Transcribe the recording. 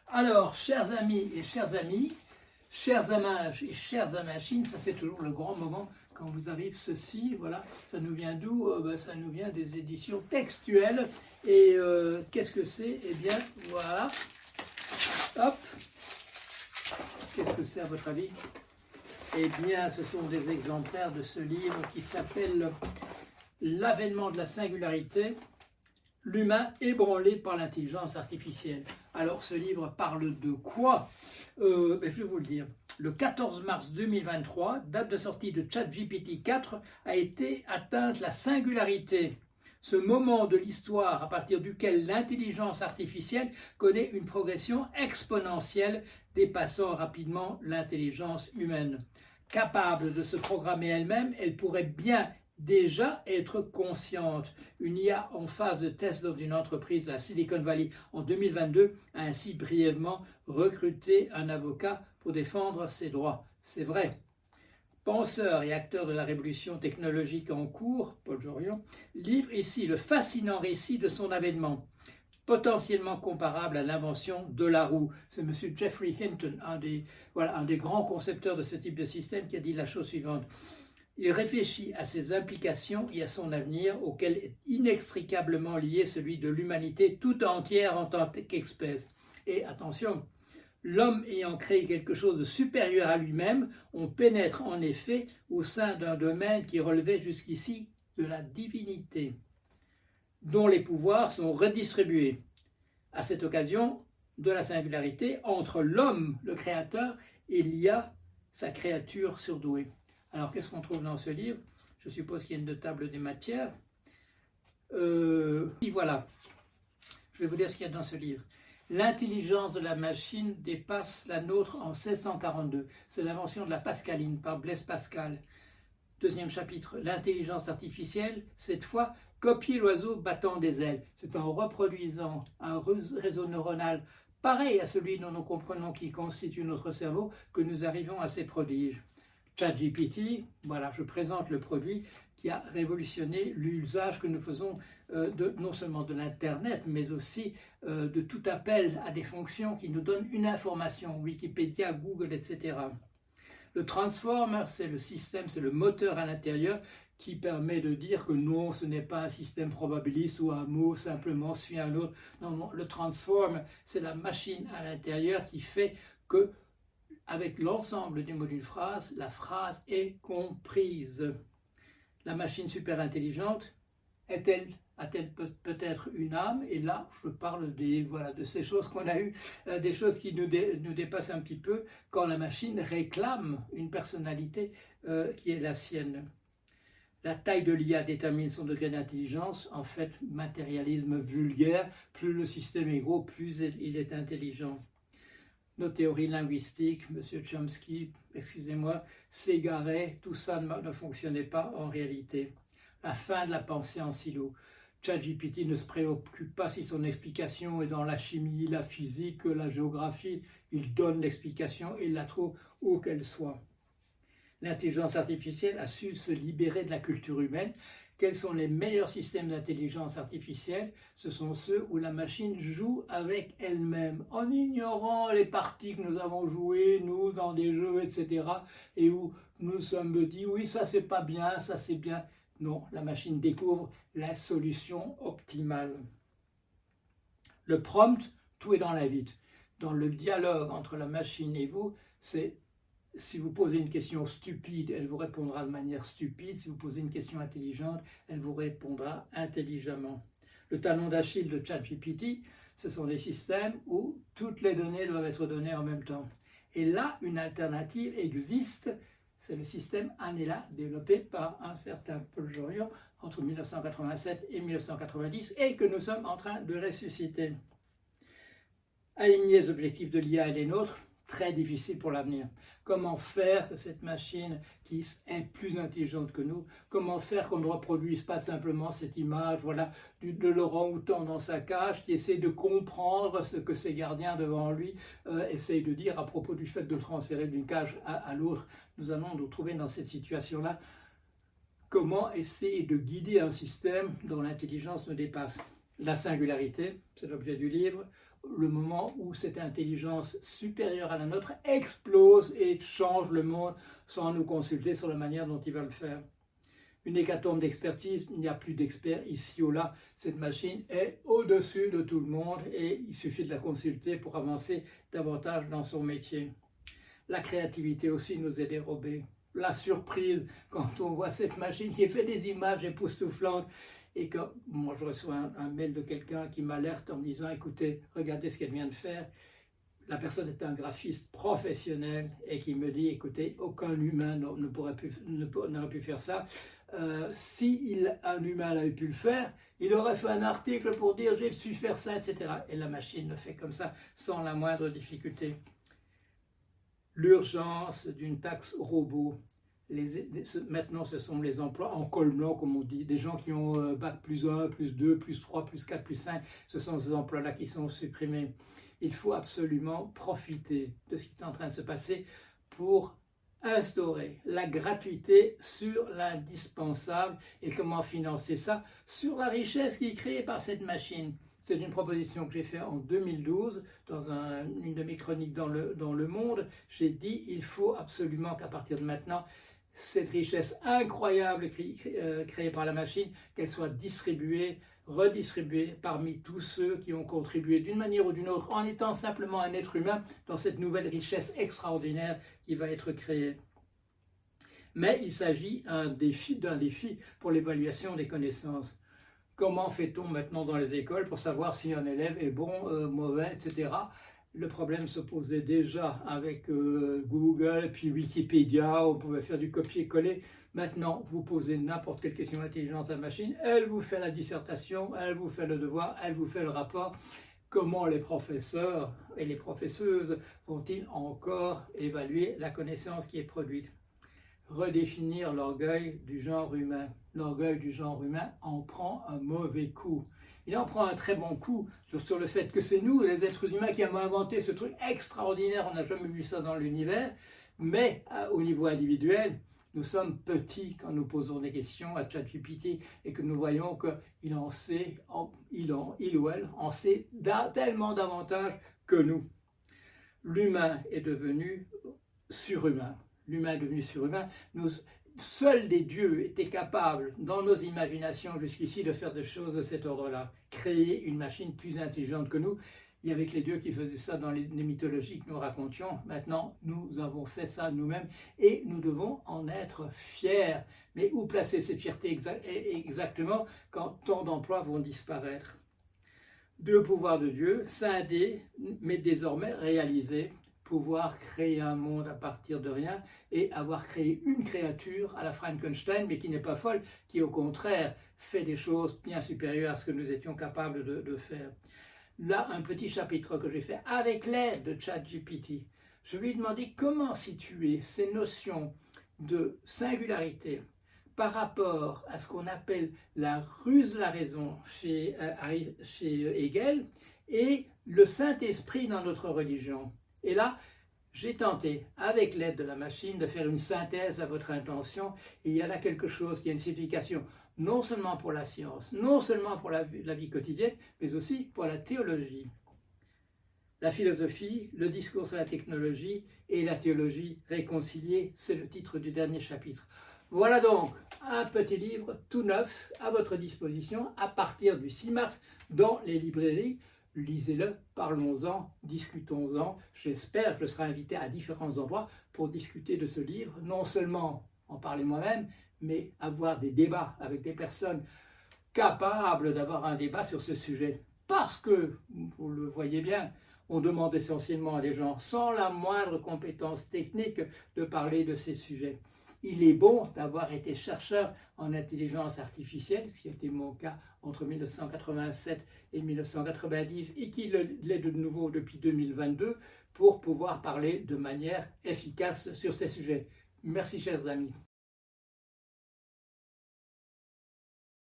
Alors, chers amis et chères amies, chers amages et chères amachines, ça c'est toujours le grand moment quand vous arrive ceci, voilà, ça nous vient d'où? Ça nous vient des éditions textuelles, et qu'est-ce que c'est? Eh bien, voilà, hop, qu'est-ce que c'est à votre avis? Eh bien, ce sont des exemplaires de ce livre qui s'appelle « L'avènement de la singularité ». L'humain ébranlé par l'intelligence artificielle. Alors, ce livre parle de quoi? Je vais vous le dire. Le 14 mars 2023, date de sortie de ChatGPT 4, a été atteinte la singularité. Ce moment de l'histoire à partir duquel l'intelligence artificielle connaît une progression exponentielle, dépassant rapidement l'intelligence humaine. Capable de se programmer elle-même, elle pourrait bien déjà être consciente. Une IA en phase de test dans une entreprise de la Silicon Valley en 2022 a ainsi brièvement recruté un avocat pour défendre ses droits. C'est vrai. Penseur et acteur de la révolution technologique en cours, Paul Jorion, livre ici le fascinant récit de son avènement, potentiellement comparable à l'invention de la roue. C'est M. Geoffrey Hinton, un des grands concepteurs de ce type de système, qui a dit la chose suivante. Il réfléchit à ses implications et à son avenir, auquel est inextricablement lié celui de l'humanité tout entière en tant qu'espèce. Et attention, l'homme ayant créé quelque chose de supérieur à lui-même, on pénètre en effet au sein d'un domaine qui relevait jusqu'ici de la divinité, dont les pouvoirs sont redistribués. À cette occasion de la singularité entre l'homme, le créateur, et l'IA, sa créature surdouée. Alors, qu'est-ce qu'on trouve dans ce livre? Je suppose qu'il y a une table des matières. Et voilà, je vais vous dire ce qu'il y a dans ce livre. L'intelligence de la machine dépasse la nôtre en 1642. C'est l'invention de la Pascaline par Blaise Pascal. Deuxième chapitre, l'intelligence artificielle, cette fois, copier l'oiseau battant des ailes. C'est en reproduisant un réseau neuronal pareil à celui dont nous comprenons qui constitue notre cerveau que nous arrivons à ces prodiges. ChatGPT, voilà, je présente le produit qui a révolutionné l'usage que nous faisons non seulement de l'Internet, mais aussi de tout appel à des fonctions qui nous donnent une information, Wikipédia, Google, etc. Le transformer, c'est le système, c'est le moteur à l'intérieur qui permet de dire que non, ce n'est pas un système probabiliste où un mot simplement suit un autre. Non, non, le transformer, c'est la machine à l'intérieur qui fait que avec l'ensemble des mots d'une phrase, la phrase est comprise. La machine super intelligente a-t-elle peut-être une âme? Et là, je parle de ces choses qu'on a eues, des choses qui nous dépassent un petit peu, quand la machine réclame une personnalité qui est la sienne. La taille de l'IA détermine son degré d'intelligence. En fait, matérialisme vulgaire, plus le système est gros, plus il est intelligent. Nos théories linguistiques, M. Chomsky, excusez-moi, s'égarait, tout ça ne fonctionnait pas en réalité. La fin de la pensée en silo. ChatGPT ne se préoccupe pas si son explication est dans la chimie, la physique, la géographie. Il donne l'explication et il la trouve où qu'elle soit. L'intelligence artificielle a su se libérer de la culture humaine. Quels sont les meilleurs systèmes d'intelligence artificielle? Ce sont ceux où la machine joue avec elle-même, en ignorant les parties que nous avons jouées, nous, dans des jeux, etc. Et où nous sommes dit, oui, ça c'est pas bien, ça c'est bien. Non, la machine découvre la solution optimale. Le prompt, tout est dans l'invite. Dans le dialogue entre la machine et vous, c'est si vous posez une question stupide, elle vous répondra de manière stupide. Si vous posez une question intelligente, elle vous répondra intelligemment. Le talon d'Achille de ChatGPT, ce sont des systèmes où toutes les données doivent être données en même temps. Et là, une alternative existe, c'est le système ANELA, développé par un certain Paul Jorion entre 1987 et 1990, et que nous sommes en train de ressusciter. Aligner les objectifs de l'IA et les nôtres, très difficile pour l'avenir. Comment faire que cette machine qui est plus intelligente que nous, comment faire qu'on ne reproduise pas simplement cette image, voilà, de l'orang-outan dans sa cage qui essaie de comprendre ce que ses gardiens devant lui essayent de dire à propos du fait de le transférer d'une cage à l'autre. Nous allons nous trouver dans cette situation-là. Comment essayer de guider un système dont l'intelligence nous dépasse? La singularité, c'est l'objet du livre, le moment où cette intelligence supérieure à la nôtre explose et change le monde sans nous consulter sur la manière dont il va le faire. Une hécatombe d'expertise, il n'y a plus d'experts ici ou là, cette machine est au-dessus de tout le monde et il suffit de la consulter pour avancer davantage dans son métier. La créativité aussi nous est dérobée. La surprise quand on voit cette machine qui fait des images époustouflantes et que moi je reçois un mail de quelqu'un qui m'alerte en me disant écoutez, regardez ce qu'elle vient de faire. La personne est un graphiste professionnel et qui me dit écoutez, aucun humain n'aurait pu faire ça. Si un humain avait pu le faire, il aurait fait un article pour dire j'ai su faire ça, etc. Et la machine le fait comme ça, sans la moindre difficulté. L'urgence d'une taxe robot. Maintenant, ce sont les emplois en col blanc, comme on dit. Des gens qui ont bac plus 1, plus 2, plus 3, plus 4, plus 5. Ce sont ces emplois-là qui sont supprimés. Il faut absolument profiter de ce qui est en train de se passer pour instaurer la gratuité sur l'indispensable. Et comment financer ça? Sur la richesse qui est créée par cette machine. C'est une proposition que j'ai faite en 2012 dans une de mes chroniques dans le Monde. J'ai dit il faut absolument qu'à partir de maintenant, cette richesse incroyable créée par la machine, qu'elle soit distribuée, redistribuée parmi tous ceux qui ont contribué d'une manière ou d'une autre, en étant simplement un être humain dans cette nouvelle richesse extraordinaire qui va être créée. Mais il s'agit d'un défi pour l'évaluation des connaissances. Comment fait-on maintenant dans les écoles pour savoir si un élève est bon, mauvais, etc. Le problème se posait déjà avec Google, puis Wikipédia, on pouvait faire du copier-coller. Maintenant, vous posez n'importe quelle question intelligente à la machine, elle vous fait la dissertation, elle vous fait le devoir, elle vous fait le rapport. Comment les professeurs et les professeuses vont-ils encore évaluer la connaissance qui est produite? Redéfinir l'orgueil du genre humain. L'orgueil du genre humain en prend un mauvais coup. Il en prend un très bon coup sur le fait que c'est nous, les êtres humains, qui avons inventé ce truc extraordinaire. On n'a jamais vu ça dans l'univers. Mais au niveau individuel, nous sommes petits quand nous posons des questions à ChatGPT et que nous voyons qu'il en sait, il ou elle en sait tellement davantage que nous. L'humain est devenu surhumain. L'humain est devenu surhumain. Seuls des dieux étaient capables, dans nos imaginations jusqu'ici, de faire des choses de cet ordre-là. Créer une machine plus intelligente que nous. Il y avait que les dieux qui faisaient ça dans les mythologies que nous racontions. Maintenant, nous avons fait ça nous-mêmes et nous devons en être fiers. Mais où placer ces fiertés exactement quand tant d'emplois vont disparaître? Le pouvoir de Dieu, scindé, mais désormais réalisé. Pouvoir créer un monde à partir de rien et avoir créé une créature à la Frankenstein, mais qui n'est pas folle, qui au contraire fait des choses bien supérieures à ce que nous étions capables de faire. Là, un petit chapitre que j'ai fait avec l'aide de ChatGPT. Je lui ai demandé comment situer ces notions de singularité par rapport à ce qu'on appelle la ruse de la raison chez Hegel et le Saint-Esprit dans notre religion. Et là, j'ai tenté, avec l'aide de la machine, de faire une synthèse à votre intention. Et il y a là quelque chose qui a une signification, non seulement pour la science, non seulement pour la vie quotidienne, mais aussi pour la théologie. La philosophie, le discours sur la technologie et la théologie réconciliée, c'est le titre du dernier chapitre. Voilà donc un petit livre tout neuf à votre disposition à partir du 6 mars dans les librairies. Lisez-le, parlons-en, discutons-en. J'espère que je serai invité à différents endroits pour discuter de ce livre, non seulement en parler moi-même, mais avoir des débats avec des personnes capables d'avoir un débat sur ce sujet. Parce que, vous le voyez bien, on demande essentiellement à des gens sans la moindre compétence technique de parler de ces sujets. Il est bon d'avoir été chercheur en intelligence artificielle, ce qui a été mon cas entre 1987 et 1990 et qui l'est de nouveau depuis 2022 pour pouvoir parler de manière efficace sur ces sujets. Merci chers amis.